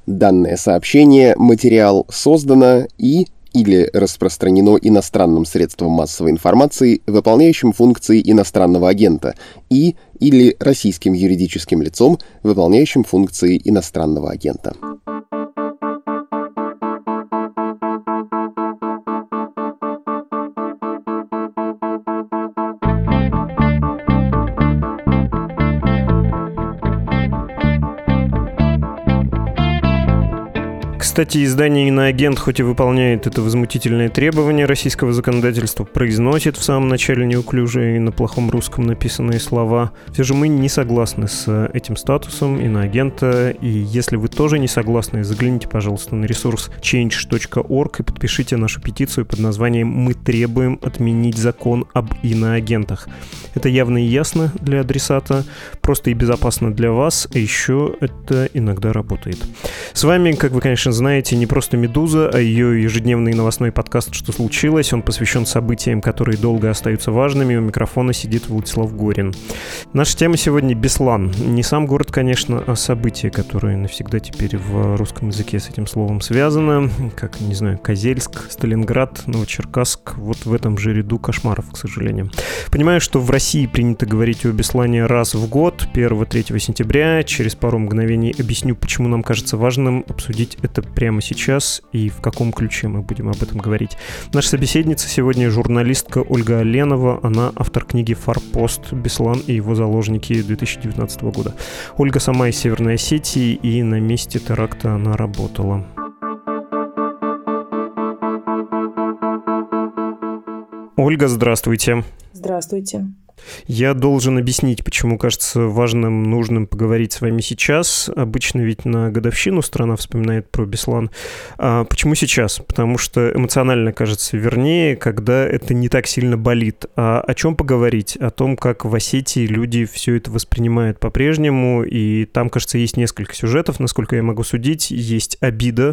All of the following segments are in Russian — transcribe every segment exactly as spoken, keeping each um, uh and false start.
Данное сообщение, материал создано и или распространено иностранным средством массовой информации, выполняющим функции иностранного агента, и или российским юридическим лицом, выполняющим функции иностранного агента. Кстати, издание «Иноагент», хоть и выполняет это возмутительное требование российского законодательства, произносит в самом начале неуклюжие и на плохом русском написанные слова. Все же мы не согласны с этим статусом иноагента, и если вы тоже не согласны, загляните, пожалуйста, на ресурс чейндж точка орг и подпишите нашу петицию под названием «Мы требуем отменить закон об иноагентах». Это явно и ясно для адресата, просто и безопасно для вас, а еще это иногда работает. С вами, как вы, конечно, знаете, не просто «Медуза», а ее ежедневный новостной подкаст «Что случилось?». Он посвящен событиям, которые долго остаются важными. У микрофона сидит Владислав Горин. Наша тема сегодня — Беслан. Не сам город, конечно, а события, которые навсегда теперь в русском языке с этим словом связаны. Как, не знаю, Козельск, Сталинград, Новочеркасск. Вот в этом же ряду кошмаров, к сожалению. Понимаю, что в России принято говорить о Беслане раз в год, первого-третьего сентября. Через пару мгновений объясню, почему нам кажется важным обсудить это прямо сейчас и в каком ключе мы будем об этом говорить. Наша собеседница сегодня журналистка Ольга Оленова. Она автор книги «Форпост. Беслан и его заложники» две тысячи девятнадцатого года. Ольга сама из Северной Осетии, и на месте теракта она работала. Ольга, здравствуйте. Здравствуйте. Я должен объяснить, почему кажется важным, нужным поговорить с вами сейчас. Обычно ведь на годовщину страна вспоминает про Беслан. А почему сейчас? Потому что эмоционально кажется вернее, когда это не так сильно болит. А о чем поговорить? О том, как в Осетии люди все это воспринимают по-прежнему. И там, кажется, есть несколько сюжетов, насколько я могу судить. Есть обида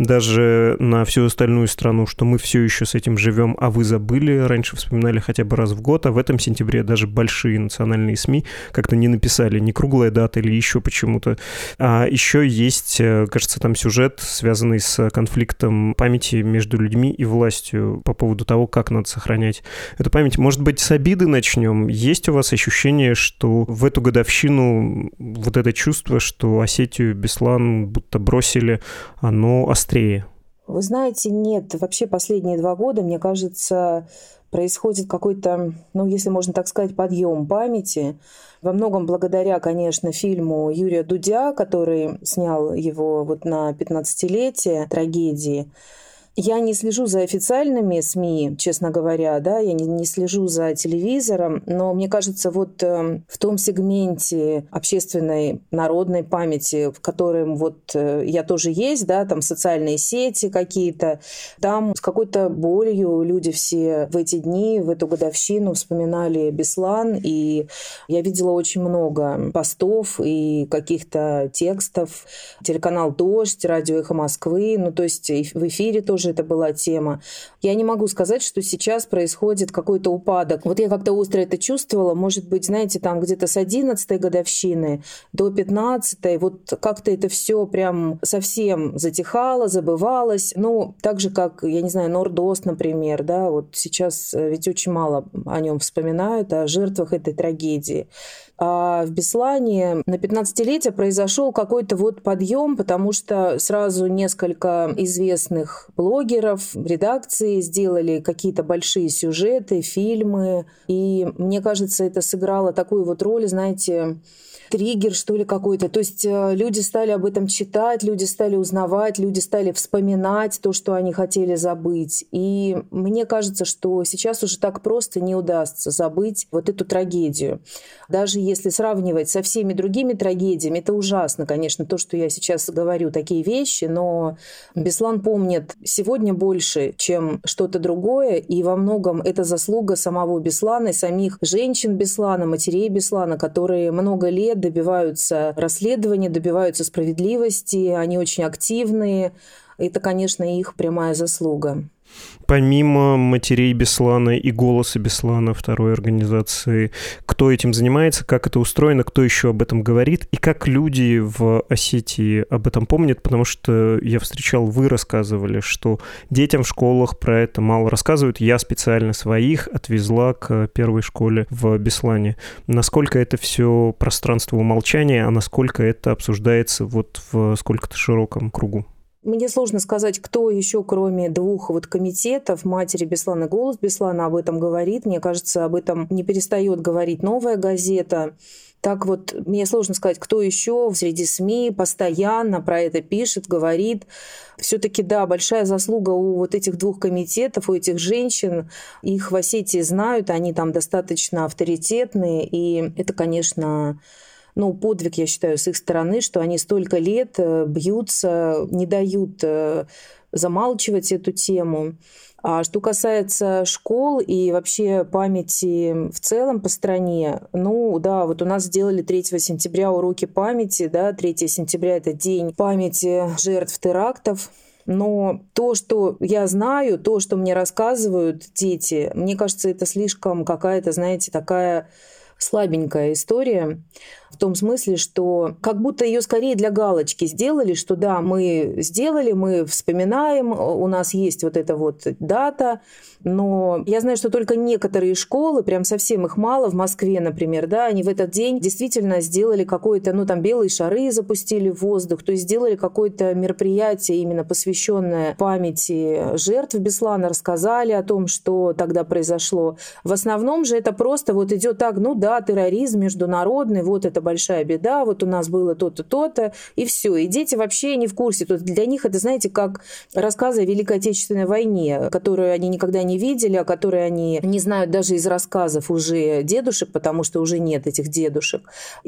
даже на всю остальную страну, что мы все еще с этим живем, а вы забыли. Раньше вспоминали хотя бы раз в год, а в этом сентябре даже большие национальные СМИ как-то не написали, не круглая дата или еще почему-то. А еще есть, кажется, там сюжет, связанный с конфликтом памяти между людьми и властью по поводу того, как надо сохранять эту память. Может быть, с обиды начнем? Есть у вас ощущение, что в эту годовщину вот это чувство, что Осетию, Беслан будто бросили, оно острее? Вы знаете, нет. Вообще последние два года, мне кажется, происходит какой-то, ну, если можно так сказать, подъем памяти. Во многом благодаря, конечно, фильму Юрия Дудя, который снял его вот на пятнадцатилетие трагедии. Я не слежу за официальными СМИ, честно говоря, да, я не, не слежу за телевизором, но мне кажется, вот э, в том сегменте общественной народной памяти, в котором вот э, я тоже есть, да, там социальные сети какие-то, там с какой-то болью люди все в эти дни, в эту годовщину вспоминали Беслан, и я видела очень много постов и каких-то текстов. Телеканал «Дождь», радио «Эхо Москвы», ну, то есть в эфире тоже это была тема. Я не могу сказать, что сейчас происходит какой-то упадок. Вот я как-то остро это чувствовала. Может быть, знаете, там где-то с одиннадцатой годовщины до пятнадцатой, вот как-то это все прям совсем затихало, забывалось. Ну, так же, как, я не знаю, Нордост, например, да, вот сейчас ведь очень мало о нем вспоминают, о жертвах этой трагедии. А в Беслане на пятнадцатилетие произошел какой-то вот подъем, потому что сразу несколько известных блогеров, редакции сделали какие-то большие сюжеты, фильмы. И мне кажется, это сыграло такую вот роль, знаете, триггер, что ли, какой-то. То есть люди стали об этом читать, люди стали узнавать, люди стали вспоминать то, что они хотели забыть. И мне кажется, что сейчас уже так просто не удастся забыть вот эту трагедию. Даже если сравнивать со всеми другими трагедиями, это ужасно, конечно, то, что я сейчас говорю, такие вещи, но Беслан помнит сегодня больше, чем что-то другое, и во многом это заслуга самого Беслана и самих женщин Беслана, матерей Беслана, которые много лет добиваются расследования, добиваются справедливости, они очень активные. Это, конечно, их прямая заслуга. Помимо «Матерей Беслана» и «Голоса Беслана», второй организации, кто этим занимается, как это устроено, кто еще об этом говорит, и как люди в Осетии об этом помнят, потому что я встречал, вы рассказывали, что детям в школах про это мало рассказывают. Я специально своих отвезла к первой школе в Беслане. Насколько это все пространство умолчания, а насколько это обсуждается вот в сколько-то широком кругу? Мне сложно сказать, кто еще, кроме двух вот комитетов «Матери Беслана» и «Голос Беслана» об этом говорит. Мне кажется, об этом не перестает говорить «Новая газета». Так вот, мне сложно сказать, кто еще среди СМИ постоянно про это пишет, говорит. Все-таки, да, большая заслуга у вот этих двух комитетов, у этих женщин. Их в Осетии знают, они там достаточно авторитетные. И это, конечно... Ну, подвиг, я считаю, с их стороны, что они столько лет бьются, не дают замалчивать эту тему. А что касается школ и вообще памяти в целом по стране, ну да, вот у нас сделали третьего сентября уроки памяти, да, третьего сентября – это день памяти жертв терактов. Но то, что я знаю, то, что мне рассказывают дети, мне кажется, это слишком какая-то, знаете, такая слабенькая история. В том смысле, что как будто ее скорее для галочки сделали, что да, мы сделали, мы вспоминаем, у нас есть вот эта вот дата, но я знаю, что только некоторые школы, прям совсем их мало, в Москве, например, да, они в этот день действительно сделали какое-то, ну там белые шары запустили в воздух, то есть сделали какое-то мероприятие, именно посвященное памяти жертв Беслана, рассказали о том, что тогда произошло. В основном же это просто вот идет так, ну да, терроризм международный, вот это большая беда, вот у нас было то-то, то-то, и все. И дети вообще не в курсе. То есть для них это, знаете, как рассказы о Великой Отечественной войне, которую они никогда не видели, о которой они не знают даже из рассказов уже дедушек, потому что уже нет этих дедушек.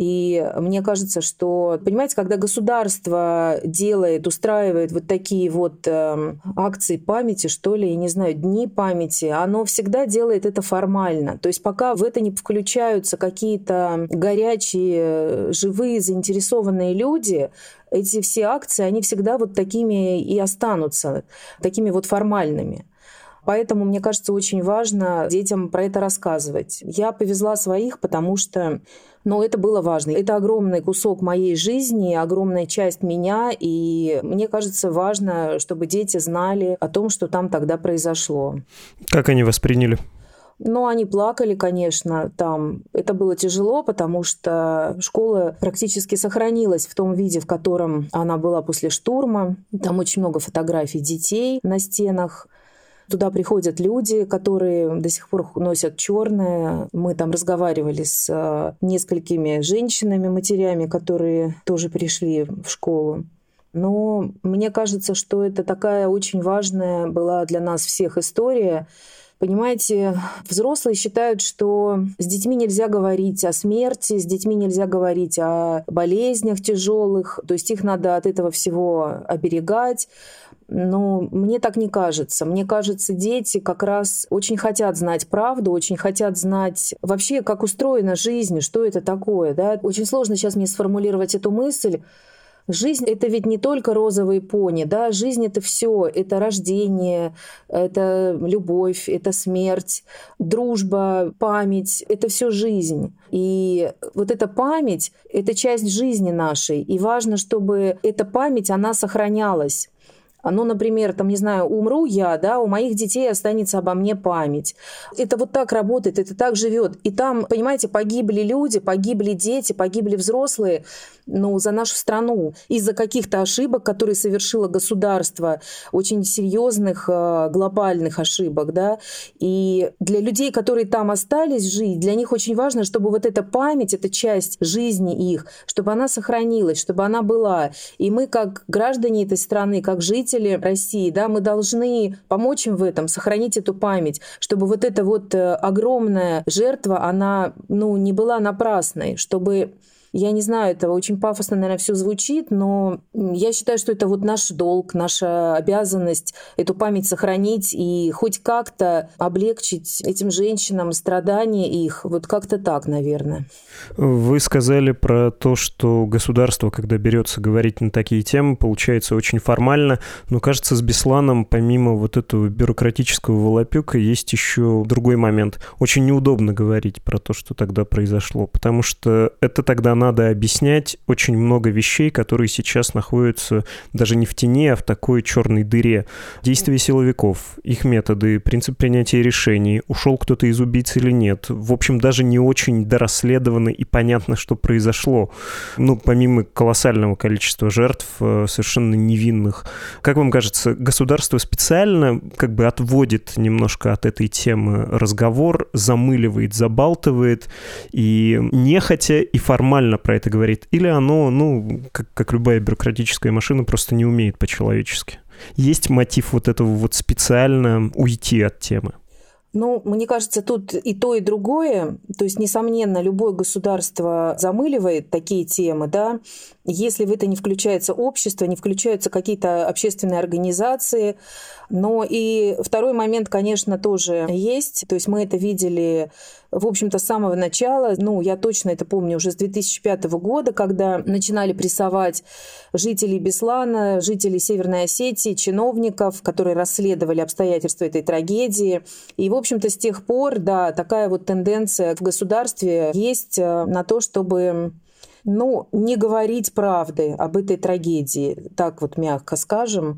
И мне кажется, что, понимаете, когда государство делает, устраивает вот такие вот э, акции памяти, что ли, я не знаю, дни памяти, оно всегда делает это формально. То есть пока в это не включаются какие-то горячие, живые, заинтересованные люди, эти все акции, они всегда вот такими и останутся, такими вот формальными. Поэтому, мне кажется, очень важно детям про это рассказывать. Я повезла своих, потому что, ну, это было важно. Это огромный кусок моей жизни, огромная часть меня, и мне кажется, важно, чтобы дети знали о том, что там тогда произошло. Как они восприняли? Ну, они плакали, конечно, там. Это было тяжело, потому что школа практически сохранилась в том виде, в котором она была после штурма. Там очень много фотографий детей на стенах. Туда приходят люди, которые до сих пор носят черное. Мы там разговаривали с несколькими женщинами, матерями, которые тоже пришли в школу. Но мне кажется, что это такая очень важная была для нас всех история. Понимаете, взрослые считают, что с детьми нельзя говорить о смерти, с детьми нельзя говорить о болезнях тяжелых, то есть их надо от этого всего оберегать. Но мне так не кажется. Мне кажется, дети как раз очень хотят знать правду, очень хотят знать вообще, как устроена жизнь, что это такое. Да? Очень сложно сейчас мне сформулировать эту мысль. Жизнь — это ведь не только розовые пони, да, жизнь — это все, это рождение, это любовь, это смерть, дружба, память, это все жизнь. И вот эта память — это часть жизни нашей, и важно, чтобы эта память, она сохранялась. Ну, например, там, не знаю, умру я, да, у моих детей останется обо мне память. Это вот так работает, это так живет. И там, понимаете, погибли люди, погибли дети, погибли взрослые, ну, за нашу страну из-за каких-то ошибок, которые совершило государство, очень серьезных глобальных ошибок, да. И для людей, которые там остались жить, для них очень важно, чтобы вот эта память, эта часть жизни их, чтобы она сохранилась, чтобы она была. И мы, как граждане этой страны, как жители России, да, мы должны помочь им в этом, сохранить эту память, чтобы вот эта вот огромная жертва, она, ну, не была напрасной, чтобы Я не знаю, это очень пафосно, наверное, все звучит, но я считаю, что это вот наш долг, наша обязанность эту память сохранить и хоть как-то облегчить этим женщинам страдания их. Вот как-то так, наверное. Вы сказали про то, что государство, когда берется говорить на такие темы, получается очень формально, но, кажется, с Бесланом, помимо вот этого бюрократического волопюка, есть еще другой момент. Очень неудобно говорить про то, что тогда произошло, потому что это тогда надо объяснять очень много вещей, которые сейчас находятся даже не в тени, а в такой черной дыре. Действия силовиков, их методы, принцип принятия решений, ушел кто-то из убийц или нет. В общем, даже не очень дорасследовано и понятно, что произошло. Ну, помимо колоссального количества жертв, совершенно невинных. Как вам кажется, государство специально как бы отводит немножко от этой темы разговор, замыливает, забалтывает и нехотя и формально про это говорит? Или оно, ну, как, как любая бюрократическая машина, просто не умеет по-человечески? Есть мотив вот этого вот специально уйти от темы? Ну, мне кажется, тут и то, и другое. То есть, несомненно, любое государство замыливает такие темы, да, если в это не включается общество, не включаются какие-то общественные организации. Но и второй момент, конечно, тоже есть. То есть мы это видели, в общем-то, с самого начала. Ну, я точно это помню уже с две тысячи пятого года, когда начинали прессовать жителей Беслана, жителей Северной Осетии, чиновников, которые расследовали обстоятельства этой трагедии. И, в общем-то, с тех пор, да, такая вот тенденция в государстве есть на то, чтобы... Ну, не говорить правды об этой трагедии, так вот мягко скажем.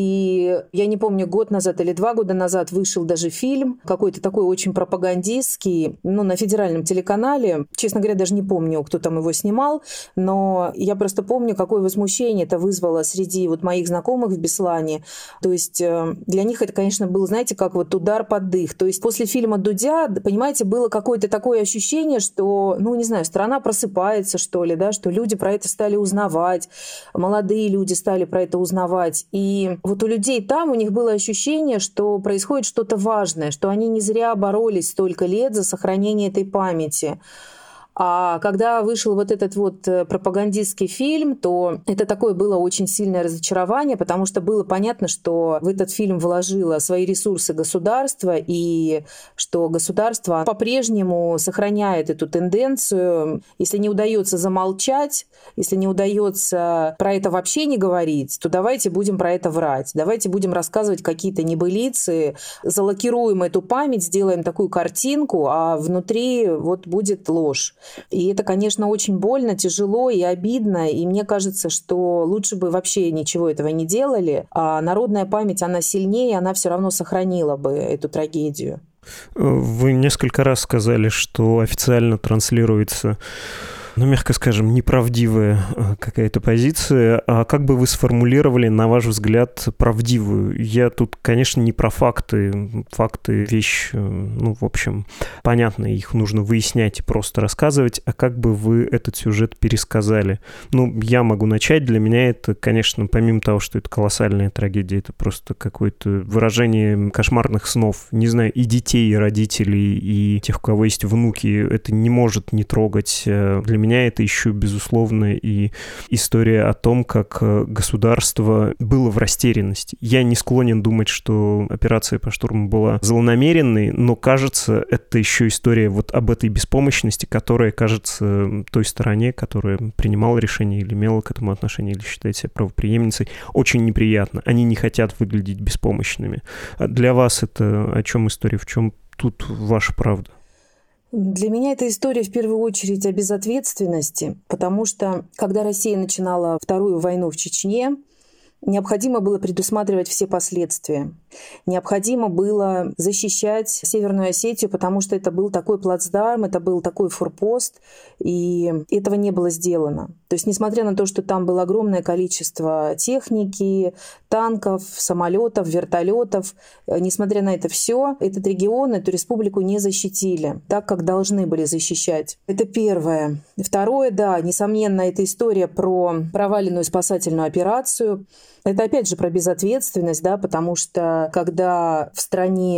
И я не помню, год назад или два года назад вышел даже фильм, какой-то такой очень пропагандистский, ну, на федеральном телеканале. Честно говоря, даже не помню, кто там его снимал, но я просто помню, какое возмущение это вызвало среди вот моих знакомых в Беслане. То есть для них это, конечно, был, знаете, как вот удар под дых. То есть после фильма «Дудя», понимаете, было какое-то такое ощущение, что, ну, не знаю, страна просыпается, что ли, да, что люди про это стали узнавать, молодые люди стали про это узнавать. И вот у людей там, у них было ощущение, что происходит что-то важное, что они не зря боролись столько лет за сохранение этой памяти. А когда вышел вот этот вот пропагандистский фильм, то это такое было очень сильное разочарование, потому что было понятно, что в этот фильм вложило свои ресурсы государство, и что государство по-прежнему сохраняет эту тенденцию. Если не удается замолчать, если не удается про это вообще не говорить, то давайте будем про это врать. Давайте будем рассказывать какие-то небылицы, залакируем эту память, сделаем такую картинку, а внутри вот будет ложь. И это, конечно, очень больно, тяжело и обидно. И мне кажется, что лучше бы вообще ничего этого не делали. А народная память, она сильнее, она все равно сохранила бы эту трагедию. Вы несколько раз сказали, что официально транслируется, ну, мягко скажем, неправдивая какая-то позиция. А как бы вы сформулировали, на ваш взгляд, правдивую? Я тут, конечно, не про факты. Факты — вещь, ну, в общем, понятно, их нужно выяснять и просто рассказывать. А как бы вы этот сюжет пересказали? Ну, я могу начать. Для меня это, конечно, помимо того, что это колоссальная трагедия, это просто какое-то выражение кошмарных снов. Не знаю, и детей, и родителей, и тех, у кого есть внуки, это не может не трогать. Для меня меня это еще, безусловно, и история о том, как государство было в растерянности. Я не склонен думать, что операция по штурму была злонамеренной, но, кажется, это еще история вот об этой беспомощности, которая, кажется, той стороне, которая принимала решение или имела к этому отношение, или считает себя правопреемницей, очень неприятно. Они не хотят выглядеть беспомощными. А для вас это о чем история? В чем тут ваша правда? Для меня эта история в первую очередь о безответственности, потому что когда Россия начинала вторую войну в Чечне, необходимо было предусматривать все последствия. Необходимо было защищать Северную Осетию, потому что это был такой плацдарм, это был такой форпост, и этого не было сделано. То есть, несмотря на то, что там было огромное количество техники, танков, самолетов, вертолетов, несмотря на это все, этот регион, эту республику не защитили так, как должны были защищать. Это первое. Второе, да, несомненно, это история про проваленную спасательную операцию. Это опять же про безответственность, да, потому что когда в стране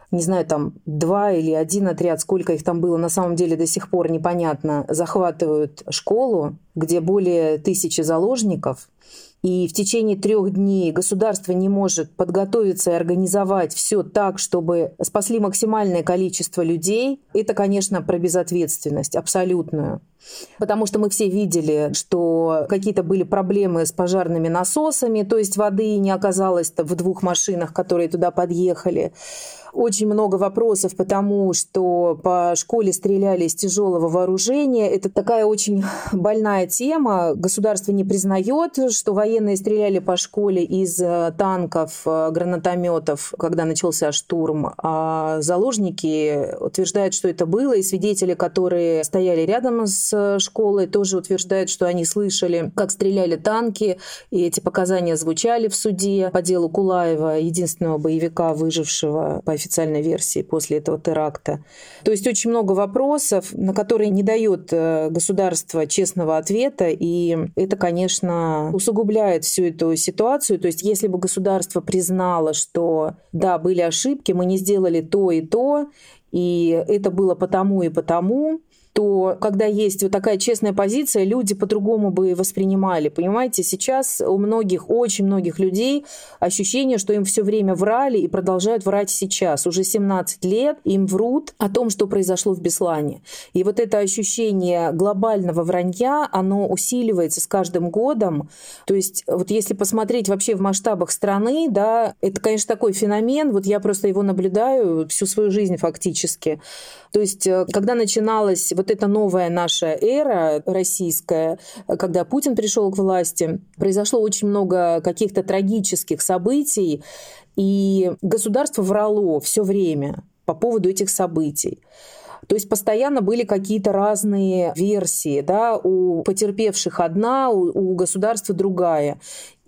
не знаю, там два или один отряд, сколько их там было, на самом деле до сих пор непонятно, захватывают школу, где более тысячи заложников, и в течение трех дней государство не может подготовиться и организовать все так, чтобы спасли максимальное количество людей, это, конечно, про безответственность абсолютную. Потому что мы все видели, что какие-то были проблемы с пожарными насосами, то есть воды не оказалось в двух машинах, которые туда подъехали. Очень много вопросов, потому что по школе стреляли из тяжелого вооружения. Это такая очень больная тема. Государство не признает, что военные стреляли по школе из танков, гранатометов, когда начался штурм. А заложники утверждают, что это было. И свидетели, которые стояли рядом с школой, тоже утверждают, что они слышали, как стреляли танки. И эти показания звучали в суде по делу Кулаева, единственного боевика, выжившего по официальной версии после этого теракта. То есть очень много вопросов, на которые не дает государство честного ответа, и это, конечно, усугубляет всю эту ситуацию. То есть если бы государство признало, что да, были ошибки, мы не сделали то и то, и это было потому и потому, то когда есть вот такая честная позиция, люди по-другому бы воспринимали. Понимаете, сейчас у многих, очень многих людей ощущение, что им все время врали и продолжают врать сейчас. Уже семнадцать лет им врут о том, что произошло в Беслане. И вот это ощущение глобального вранья, оно усиливается с каждым годом. То есть вот если посмотреть вообще в масштабах страны, да, это, конечно, такой феномен, вот я просто его наблюдаю всю свою жизнь фактически. То есть когда начиналась вот эта новая наша эра российская, когда Путин пришел к власти, произошло очень много каких-то трагических событий, и государство врало все время по поводу этих событий. То есть постоянно были какие-то разные версии, да, у потерпевших одна, у, у государства другая.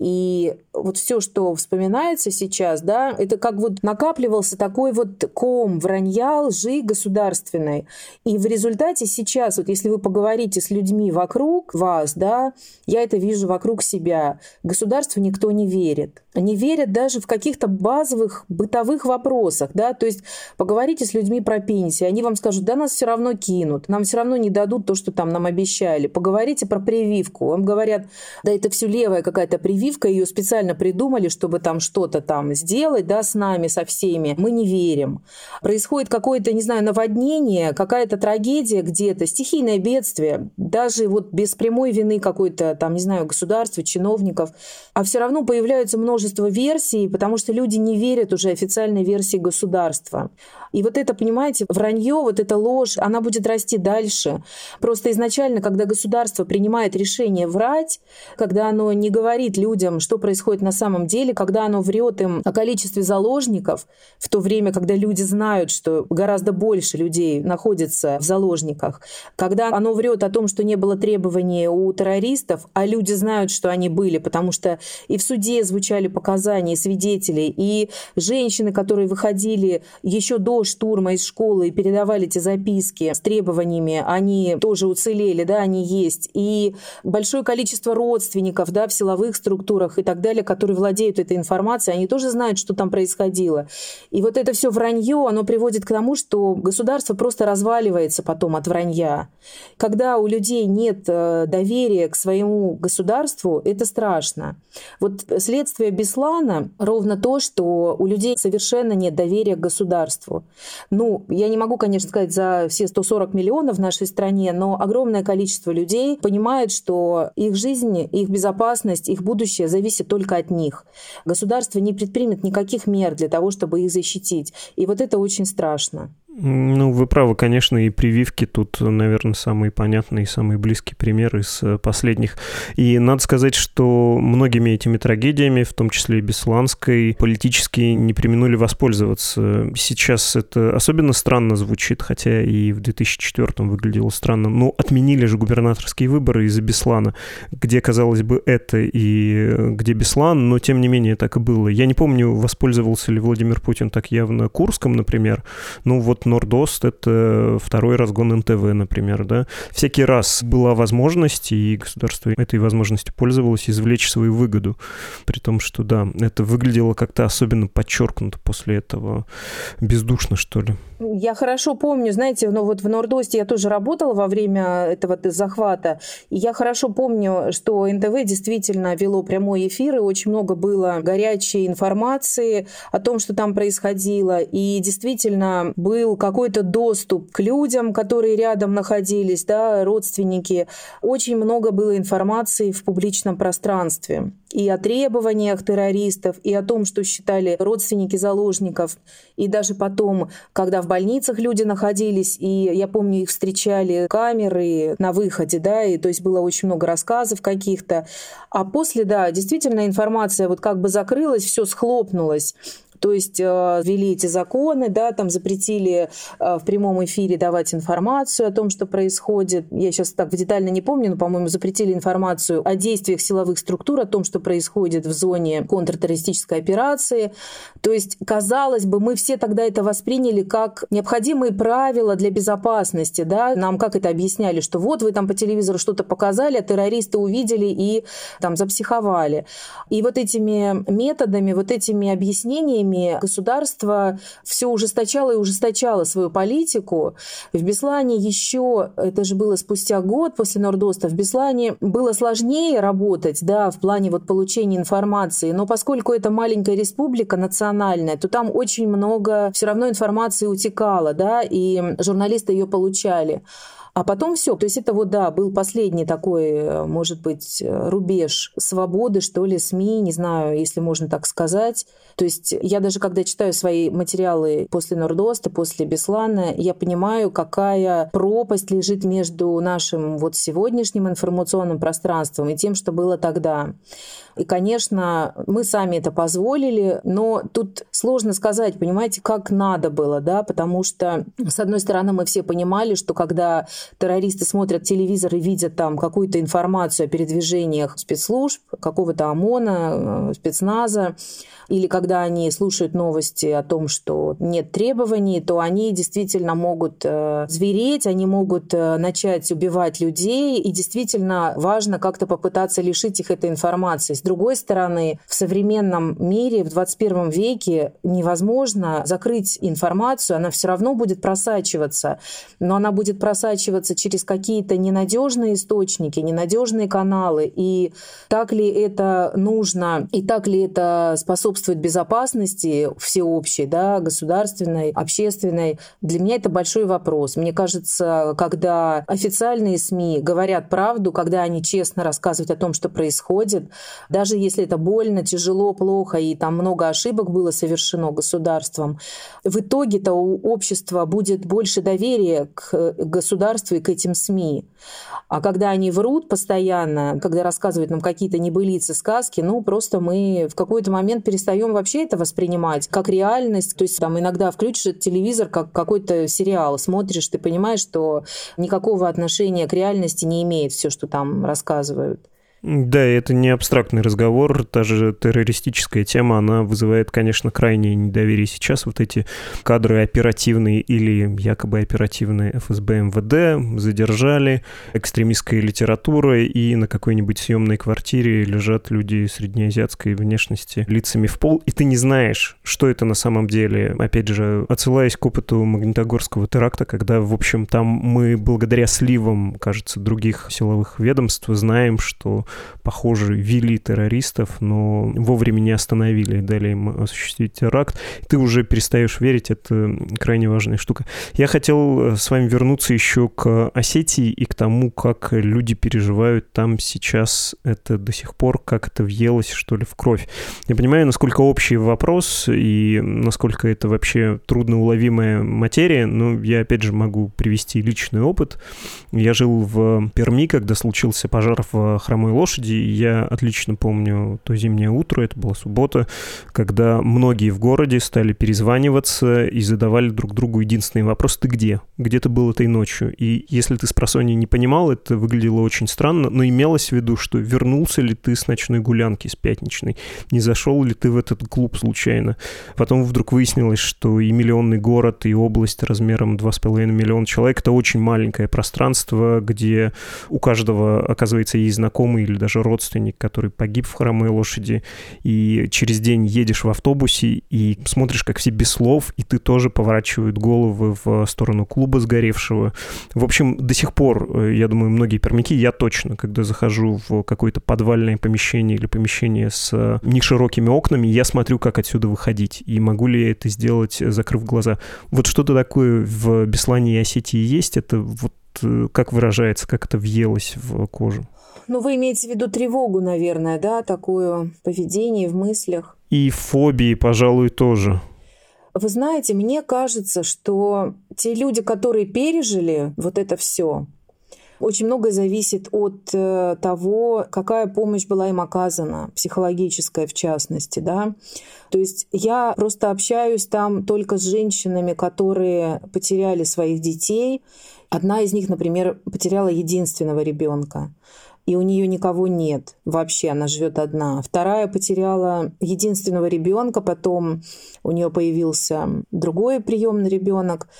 И вот все, что вспоминается сейчас, да, это как вот накапливался такой вот ком вранья, лжи государственной. И в результате сейчас, вот если вы поговорите с людьми вокруг вас, да, я это вижу вокруг себя, государству никто не верит. Они верят даже в каких-то базовых бытовых вопросах, да, то есть поговорите с людьми про пенсии, они вам скажут, да, нас все равно кинут, нам все равно не дадут то, что там нам обещали. Поговорите про прививку, вам говорят, да, это все левая какая-то прививка, ее специально придумали, чтобы там что-то там сделать, да, с нами, со всеми. Мы не верим. Происходит какое-то, не знаю, наводнение, какая-то трагедия где-то, стихийное бедствие, даже вот без прямой вины какой-то там, не знаю, государства, чиновников, а все равно появляется множество версий, потому что люди не верят уже официальной версии государства. И вот это, понимаете, вранье, вот эта ложь, она будет расти дальше. Просто изначально, когда государство принимает решение врать, когда оно не говорит людям, что происходит на самом деле, когда оно врет им о количестве заложников, в то время, когда люди знают, что гораздо больше людей находится в заложниках, когда оно врет о том, что не было требований у террористов, а люди знают, что они были, потому что и в суде звучали показания свидетелей, и женщины, которые выходили еще до штурма из школы и передавали эти записки с требованиями, они тоже уцелели, да, они есть. И большое количество родственников, да, в силовых структурах и так далее, которые владеют этой информацией, они тоже знают, что там происходило. И вот это все вранье, оно приводит к тому, что государство просто разваливается потом от вранья. Когда у людей нет доверия к своему государству, это страшно. Вот следствие Беслана ровно то, что у людей совершенно нет доверия к государству. Ну, я не могу, конечно, сказать за все сто сорок миллионов в нашей стране, но огромное количество людей понимает, что их жизнь, их безопасность, их будущее зависит только от них. Государство не предпримет никаких мер для того, чтобы их защитить. И вот это очень страшно. Ну, вы правы, конечно, и прививки тут, наверное, самый понятный и самый близкий пример из последних. И надо сказать, что многими этими трагедиями, в том числе и Бесланской, политически не преминули воспользоваться. Сейчас это особенно странно звучит, хотя и в две тысячи четвёртом выглядело странно. Но отменили же губернаторские выборы из-за Беслана, где, казалось бы, это и где Беслан, но тем не менее так и было. Я не помню, воспользовался ли Владимир Путин так явно Курском, например. Ну вот Нордост — это второй разгон эн тэ вэ, например, да. Всякий раз была возможность, и государство этой возможностью пользовалось, извлечь свою выгоду. При том, что, да, это выглядело как-то особенно подчеркнуто после этого, бездушно, что ли. Я хорошо помню, знаете, ну вот в Нордосте я тоже работала во время этого захвата, и я хорошо помню, что эн тэ вэ действительно вело прямой эфир, и очень много было горячей информации о том, что там происходило, и действительно был какой-то доступ к людям, которые рядом находились, да, родственники. Очень много было информации в публичном пространстве и о требованиях террористов, и о том, что считали родственники заложников, и даже потом, когда в больницах люди находились, и я помню, их встречали камеры на выходе, да, и то есть было очень много рассказов каких-то. А после, да, действительно информация вот как бы закрылась, все схлопнулось. То есть э, ввели эти законы, да, там запретили э, в прямом эфире давать информацию о том, что происходит. Я сейчас так детально не помню, но, по-моему, запретили информацию о действиях силовых структур, о том, что происходит в зоне контртеррористической операции. То есть, казалось бы, мы все тогда это восприняли как необходимые правила для безопасности. Да? Нам как это объясняли, что вот вы там по телевизору что-то показали, а террористы увидели и там запсиховали. И вот этими методами, вот этими объяснениями государство все ужесточало и ужесточало свою политику. В Беслане еще, это же было спустя год после Нордоста, в Беслане было сложнее работать, да, в плане вот получения информации, но поскольку это маленькая республика национальная, то там очень много все равно информации утекало, да, и журналисты ее получали. А потом все. То есть это вот, да, был последний такой, может быть, рубеж свободы, что ли, СМИ, не знаю, если можно так сказать. То есть я даже, когда читаю свои материалы после Нордоста, после Беслана, я понимаю, какая пропасть лежит между нашим вот сегодняшним информационным пространством и тем, что было тогда. И, конечно, мы сами это позволили, но тут сложно сказать, понимаете, как надо было, да, потому что, с одной стороны, мы все понимали, что когда террористы смотрят телевизор и видят там какую-то информацию о передвижениях спецслужб, какого-то ОМОНа, спецназа, или когда они слушают новости о том, что нет требований, то они действительно могут э, звереть, они могут э, начать убивать людей, и действительно важно как-то попытаться лишить их этой информации. С другой стороны, в современном мире, в двадцать первом веке невозможно закрыть информацию, она все равно будет просачиваться, но она будет просачиваться через какие-то ненадежные источники, ненадежные каналы, и так ли это нужно, и так ли это способствует безопасности всеобщей, да, государственной, общественной, для меня это большой вопрос. Мне кажется, когда официальные СМИ говорят правду, когда они честно рассказывают о том, что происходит, даже если это больно, тяжело, плохо, и там много ошибок было совершено государством, в итоге-то у общества будет больше доверия к государству и к этим СМИ. А когда они врут постоянно, когда рассказывают нам какие-то небылицы, сказки, ну, просто мы в какой-то момент перестаем вообще это воспринимать как реальность. То есть там иногда включишь этот телевизор, как какой-то сериал, смотришь, ты понимаешь, что никакого отношения к реальности не имеет все, что там рассказывают. Да, это не абстрактный разговор, та же террористическая тема, она вызывает, конечно, крайнее недоверие сейчас. Вот эти кадры оперативные или якобы оперативные эф эс бэ, эм вэ дэ задержали, экстремистская литература, и на какой-нибудь съемной квартире лежат люди среднеазиатской внешности лицами в пол, и ты не знаешь, что это на самом деле. Опять же, отсылаясь к опыту Магнитогорского теракта, когда, в общем, там мы благодаря сливам, кажется, других силовых ведомств знаем, что похоже, вели террористов, но вовремя не остановили и дали им осуществить теракт. Ты уже перестаешь верить, это крайне важная штука. Я хотел с вами вернуться еще к Осетии и к тому, как люди переживают там сейчас это до сих пор, как это въелось, что ли, в кровь. Я понимаю, насколько общий вопрос и насколько это вообще трудноуловимая материя, но я, опять же, могу привести личный опыт. Я жил в Перми, когда случился пожар в Хромой лошади. И я отлично помню то зимнее утро, это была суббота, когда многие в городе стали перезваниваться и задавали друг другу единственный вопрос: ты где? Где ты был этой ночью? И если ты спросонья не понимал, это выглядело очень странно, но имелось в виду, что вернулся ли ты с ночной гулянки, с пятничной, не зашел ли ты в этот клуб случайно. Потом вдруг выяснилось, что и миллионный город, и область размером два с половиной миллиона человек — это очень маленькое пространство, где у каждого, оказывается, есть знакомый или даже родственник, который погиб в хромой лошади, и через день едешь в автобусе и смотришь, как все без слов, и ты тоже поворачивают головы в сторону клуба сгоревшего. В общем, до сих пор, я думаю, многие пермяки, я точно, когда захожу в какое-то подвальное помещение или помещение с неширокими окнами, я смотрю, как отсюда выходить, и могу ли я это сделать, закрыв глаза. Вот что-то такое в Беслане и Осетии есть, это вот как выражается, как это въелось в кожу? Ну, вы имеете в виду тревогу, наверное, да, такое поведение в мыслях? И фобии, пожалуй, тоже. Вы знаете, мне кажется, что те люди, которые пережили вот это все, очень многое зависит от того, какая помощь была им оказана, психологическая в частности, да. То есть я просто общаюсь там только с женщинами, которые потеряли своих детей. Одна из них, например, потеряла единственного ребенка, и у нее никого нет вообще, она живет одна. Вторая потеряла единственного ребенка, потом у нее появился другой приемный ребенок,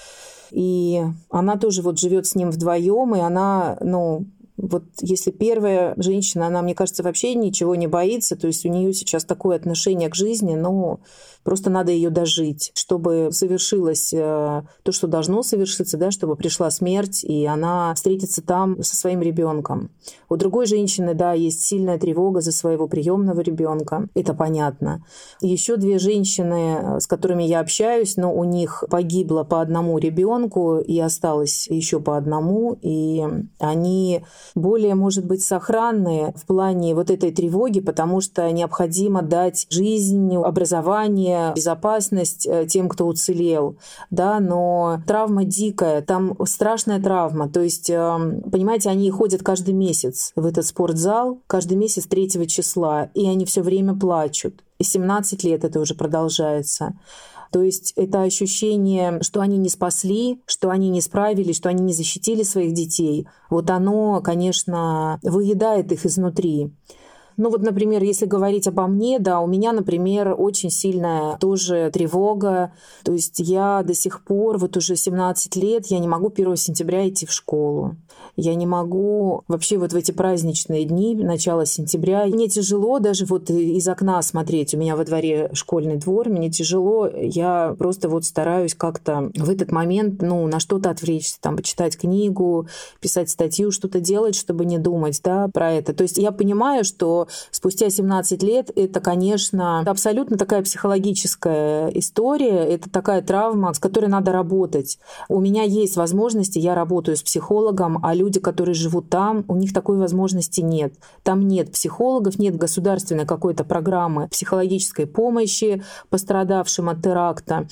и она тоже вот живет с ним вдвоем, и она, ну, вот если первая женщина, она, мне кажется, вообще ничего не боится, то есть у нее сейчас такое отношение к жизни, но просто надо ее дожить, чтобы совершилось то, что должно совершиться, да, чтобы пришла смерть, и она встретится там со своим ребенком. У другой женщины, да, есть сильная тревога за своего приемного ребенка, это понятно. Еще две женщины, с которыми я общаюсь, но у них погибло по одному ребенку и осталось еще по одному, и они более, может быть, сохранные в плане вот этой тревоги, потому что необходимо дать жизнь, образование, безопасность тем, кто уцелел, да, но травма дикая, там страшная травма, то есть, понимаете, они ходят каждый месяц в этот спортзал, каждый месяц третьего числа, и они все время плачут, и семнадцать лет это уже продолжается. То есть это ощущение, что они не спасли, что они не справились, что они не защитили своих детей, вот оно, конечно, выедает их изнутри. Ну вот, например, если говорить обо мне, да, у меня, например, очень сильная тоже тревога. То есть я до сих пор, вот уже семнадцать лет, я не могу первого сентября идти в школу. Я не могу вообще вот в эти праздничные дни, начало сентября. Мне тяжело даже вот из окна смотреть. У меня во дворе школьный двор, мне тяжело. Я просто вот стараюсь как-то в этот момент, ну, на что-то отвлечься, там, почитать книгу, писать статью, что-то делать, чтобы не думать, да, про это. То есть я понимаю, что спустя семнадцать лет это, конечно, абсолютно такая психологическая история, это такая травма, с которой надо работать. У меня есть возможности, я работаю с психологом, а люди, которые живут там, у них такой возможности нет. Там нет психологов, нет государственной какой-то программы психологической помощи пострадавшим от теракта.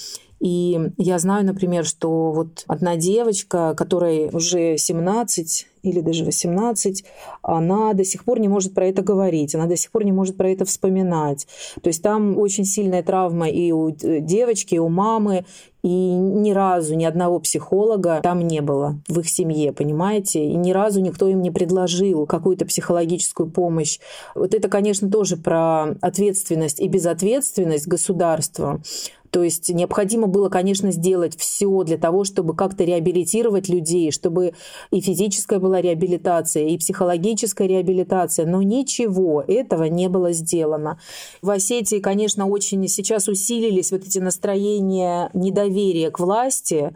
И я знаю, например, что вот одна девочка, которой уже семнадцать или даже восемнадцать, она до сих пор не может про это говорить, она до сих пор не может про это вспоминать. То есть там очень сильная травма и у девочки, и у мамы, и ни разу ни одного психолога там не было в их семье, понимаете? И ни разу никто им не предложил какую-то психологическую помощь. Вот это, конечно, тоже про ответственность и безответственность государства. То есть необходимо было, конечно, сделать все для того, чтобы как-то реабилитировать людей, чтобы и физическая была реабилитация, и психологическая реабилитация, но ничего этого не было сделано. В Осетии, конечно, очень сейчас усилились вот эти настроения недоверия к власти,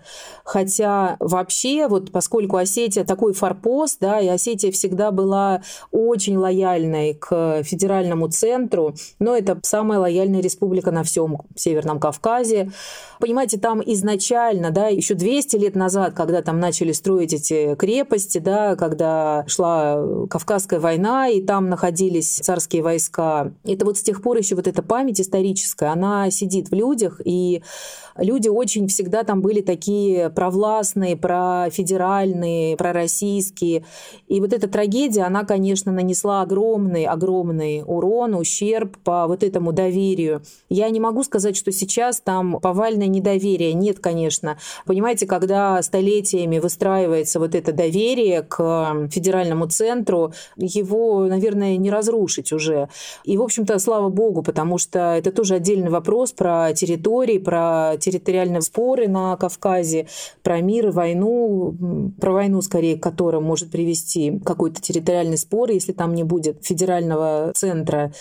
хотя вообще, вот поскольку Осетия такой форпост, да, и Осетия всегда была очень лояльной к федеральному центру, но это самая лояльная республика на всем Северном Кавказе, Кавказе. Понимаете, там изначально, да, еще двести лет назад, когда там начали строить эти крепости, да, когда шла Кавказская война, и там находились царские войска, это вот с тех пор еще вот эта память историческая, она сидит в людях, и люди очень всегда там были такие провластные, профедеральные, пророссийские. И вот эта трагедия, она, конечно, нанесла огромный, огромный урон, ущерб по вот этому доверию. Я не могу сказать, что сейчас там повальное недоверие. Нет, конечно. Понимаете, когда столетиями выстраивается вот это доверие к федеральному центру, его, наверное, не разрушить уже. И, в общем-то, слава богу, потому что это тоже отдельный вопрос про территории, про территориальные споры на Кавказе, про мир и войну, про войну, скорее, к которой может привести какой-то территориальный спор, если там не будет федерального центра.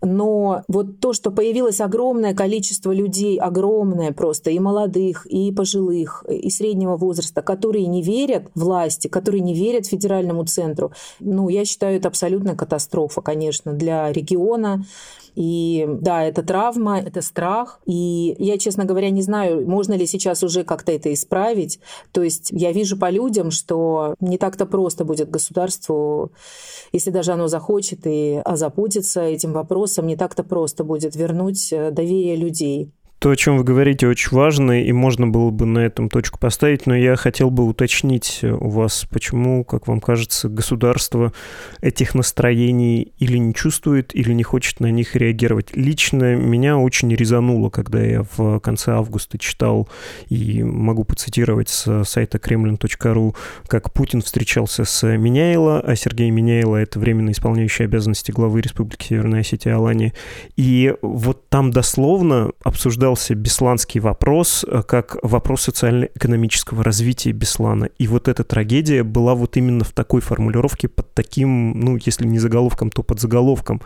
Но вот то, что появилось огромное количество людей, огромное просто, и молодых, и пожилых, и среднего возраста, которые не верят власти, которые не верят федеральному центру, ну, я считаю, это абсолютная катастрофа, конечно, для региона. И да, это травма, это страх. И я, честно говоря, не знаю, можно ли сейчас уже как-то это исправить. То есть я вижу по людям, что не так-то просто будет государству, если даже оно захочет и озаботится этим вопросом, не так-то просто будет вернуть доверие людей. То, о чем вы говорите, очень важно, и можно было бы на этом точку поставить, но я хотел бы уточнить у вас, почему, как вам кажется, государство этих настроений или не чувствует, или не хочет на них реагировать. Лично меня очень резануло, когда я в конце августа читал, и могу поцитировать с сайта кремлин точка ру, как Путин встречался с Миняйло, а Сергей Миняйло — это временно исполняющий обязанности главы Республики Северная Осетия и Алания. И вот там дословно обсуждался бесланский вопрос как вопрос социально-экономического развития Беслана. И вот эта трагедия была вот именно в такой формулировке, под таким, ну, если не заголовком, то под заголовком.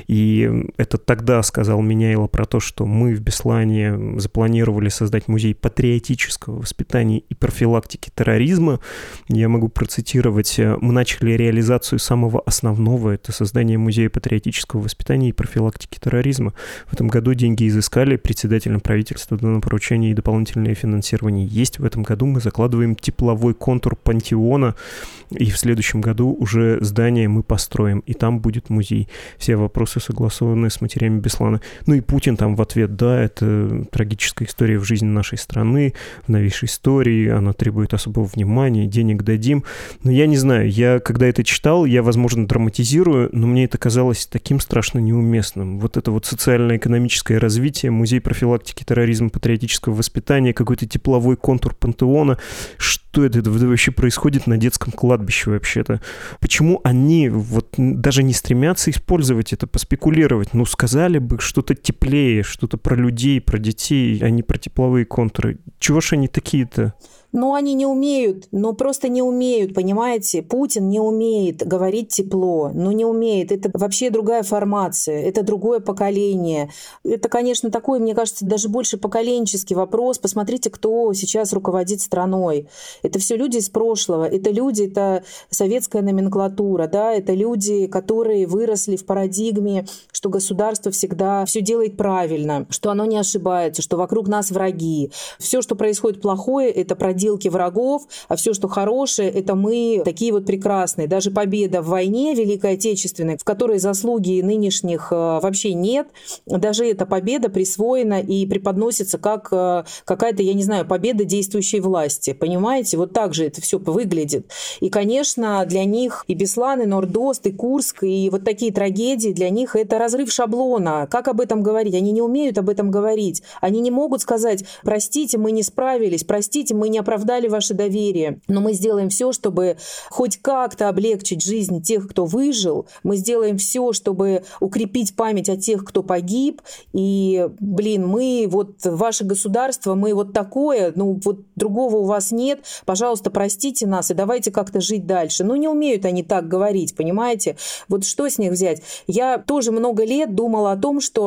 И это тогда сказал Миняйло про то, что мы в Беслане запланировали создать музей патриотического воспитания и профилактики терроризма. Я могу процитировать. Мы начали реализацию самого основного, это создание музея патриотического воспитания и профилактики терроризма. В этом году деньги изыскали, председатель правительства дано поручение и дополнительное финансирование есть. В этом году мы закладываем тепловой контур пантеона, и в следующем году уже здание мы построим, и там будет музей. Все вопросы согласованы с матерями Беслана. Ну и Путин там в ответ: да, это трагическая история в жизни нашей страны, в новейшей истории, она требует особого внимания, денег дадим. Но я не знаю, я когда это читал, я, возможно, драматизирую, но мне это казалось таким страшно неуместным. Вот это вот социально-экономическое развитие, музей профилактики терроризма, патриотического воспитания, какой-то тепловой контур пантеона. Что это, это вообще происходит на детском кладбище вообще-то? Почему они вот даже не стремятся использовать это, поспекулировать? Ну, сказали бы что-то теплее, что-то про людей, про детей, а не про тепловые контуры. Чего ж они такие-то? Ну, они не умеют, ну, просто не умеют, понимаете? Путин не умеет говорить тепло, ну, не умеет. Это вообще другая формация, это другое поколение. Это, конечно, такой, мне кажется, даже больше поколенческий вопрос. Посмотрите, кто сейчас руководит страной. Это все люди из прошлого, это люди, это советская номенклатура, да, это люди, которые выросли в парадигме, что государство всегда все делает правильно, что оно не ошибается, что вокруг нас враги. Все, что происходит плохое, это проделки врагов, а все, что хорошее, это мы такие вот прекрасные. Даже победа в войне Великой Отечественной, в которой заслуги нынешних вообще нет, даже эта победа присвоена и преподносится как какая-то, я не знаю, победа действующей власти. Понимаете? Вот так же это все выглядит. И, конечно, для них и Беслан, и Норд-Ост, и Курск, и вот такие трагедии, для них это разрыв шаблона. Как об этом говорить? Они не умеют об этом говорить. Они не могут сказать: простите, мы не справились, простите, мы не оправдали ваше доверие, но мы сделаем все, чтобы хоть как-то облегчить жизнь тех, кто выжил. Мы сделаем все, чтобы укрепить память о тех, кто погиб. И, блин, мы вот, ваше государство, мы вот такое, ну вот другого у вас нет. Пожалуйста, простите нас и давайте как-то жить дальше. Ну, не умеют они так говорить, понимаете? Вот что с них взять? Я тоже много лет думала о том, что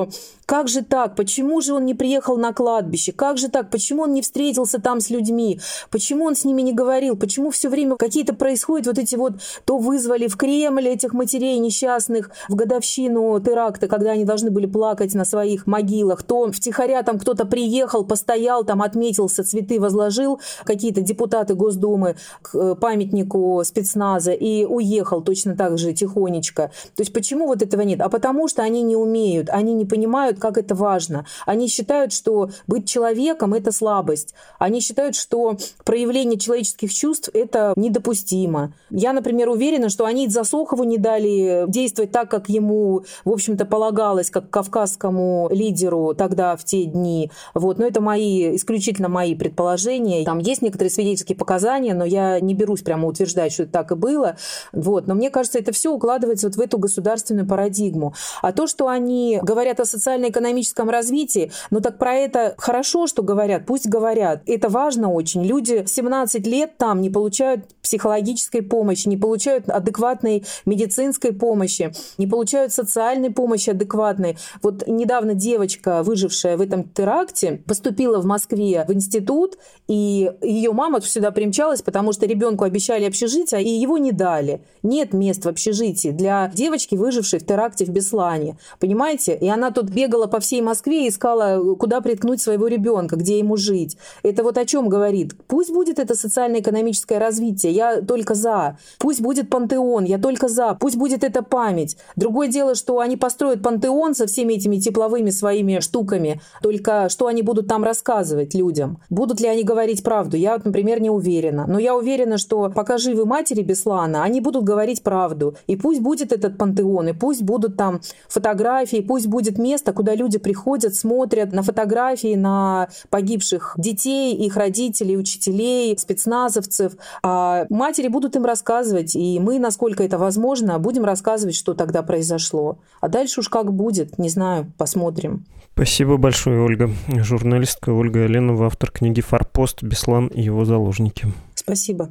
Как же так? Почему же он не приехал на кладбище? Как же так? Почему он не встретился там с людьми? Почему он с ними не говорил? Почему все время какие-то происходят вот эти вот... То вызвали в Кремль этих матерей несчастных в годовщину теракта, когда они должны были плакать на своих могилах, то втихаря там кто-то приехал, постоял, там отметился, цветы возложил, какие-то депутаты Госдумы к памятнику спецназа и уехал точно так же тихонечко. То есть почему вот этого нет? А потому что они не умеют, они не понимают, как это важно. Они считают, что быть человеком – это слабость. Они считают, что проявление человеческих чувств – это недопустимо. Я, например, уверена, что они Засохову не дали действовать так, как ему, в общем-то, полагалось, как кавказскому лидеру тогда, в те дни. Вот. Но это мои, исключительно мои предположения. Там есть некоторые свидетельские показания, но я не берусь прямо утверждать, что это так и было. Вот. Но мне кажется, это все укладывается вот в эту государственную парадигму. А то, что они говорят о социально-экономическом развитии, ну так про это хорошо, что говорят, пусть говорят. Это важно очень. Люди семнадцать лет там не получают психологической помощи, не получают адекватной медицинской помощи, не получают социальной помощи адекватной. Вот недавно девочка, выжившая в этом теракте, поступила в Москве в институт, и ее мама сюда примчалась, потому что ребенку обещали общежитие, и его не дали. Нет мест в общежитии для девочки, выжившей в теракте в Беслане. Понимаете? И она тут бегала по всей Москве и искала, куда приткнуть своего ребенка, где ему жить. Это вот о чем говорит. Пусть будет это социально-экономическое развитие, я только за. Пусть будет пантеон, я только за. Пусть будет эта память. Другое дело, что они построят пантеон со всеми этими тепловыми своими штуками, только что они будут там рассказывать людям? Будут ли они говорить правду? Я, например, не уверена. Но я уверена, что пока живы матери Беслана, они будут говорить правду. И пусть будет этот пантеон, и пусть будут там фотографии, пусть будет место, куда люди приходят, смотрят на фотографии, на погибших детей, их родителей, учителей, спецназовцев. А матери будут им рассказывать, и мы, насколько это возможно, будем рассказывать, что тогда произошло. А дальше уж как будет, не знаю, посмотрим. Спасибо большое, Ольга. Журналистка Ольга Оленова, автор книги «Форпост. Беслан и его заложники». Спасибо.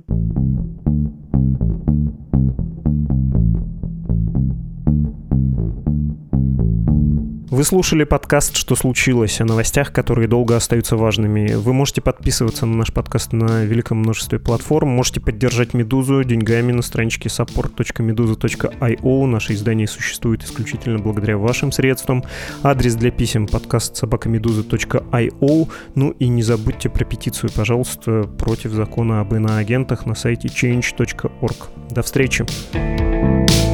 Вы слушали подкаст «Что случилось?» о новостях, которые долго остаются важными. Вы можете подписываться на наш подкаст на великом множестве платформ, можете поддержать «Медузу» деньгами на страничке support точка meduza точка io. Наше издание существует исключительно благодаря вашим средствам. Адрес для писем — подкаст собака медуза точка io. Ну и не забудьте про петицию, пожалуйста, против закона об иноагентах на сайте change точка org. До встречи!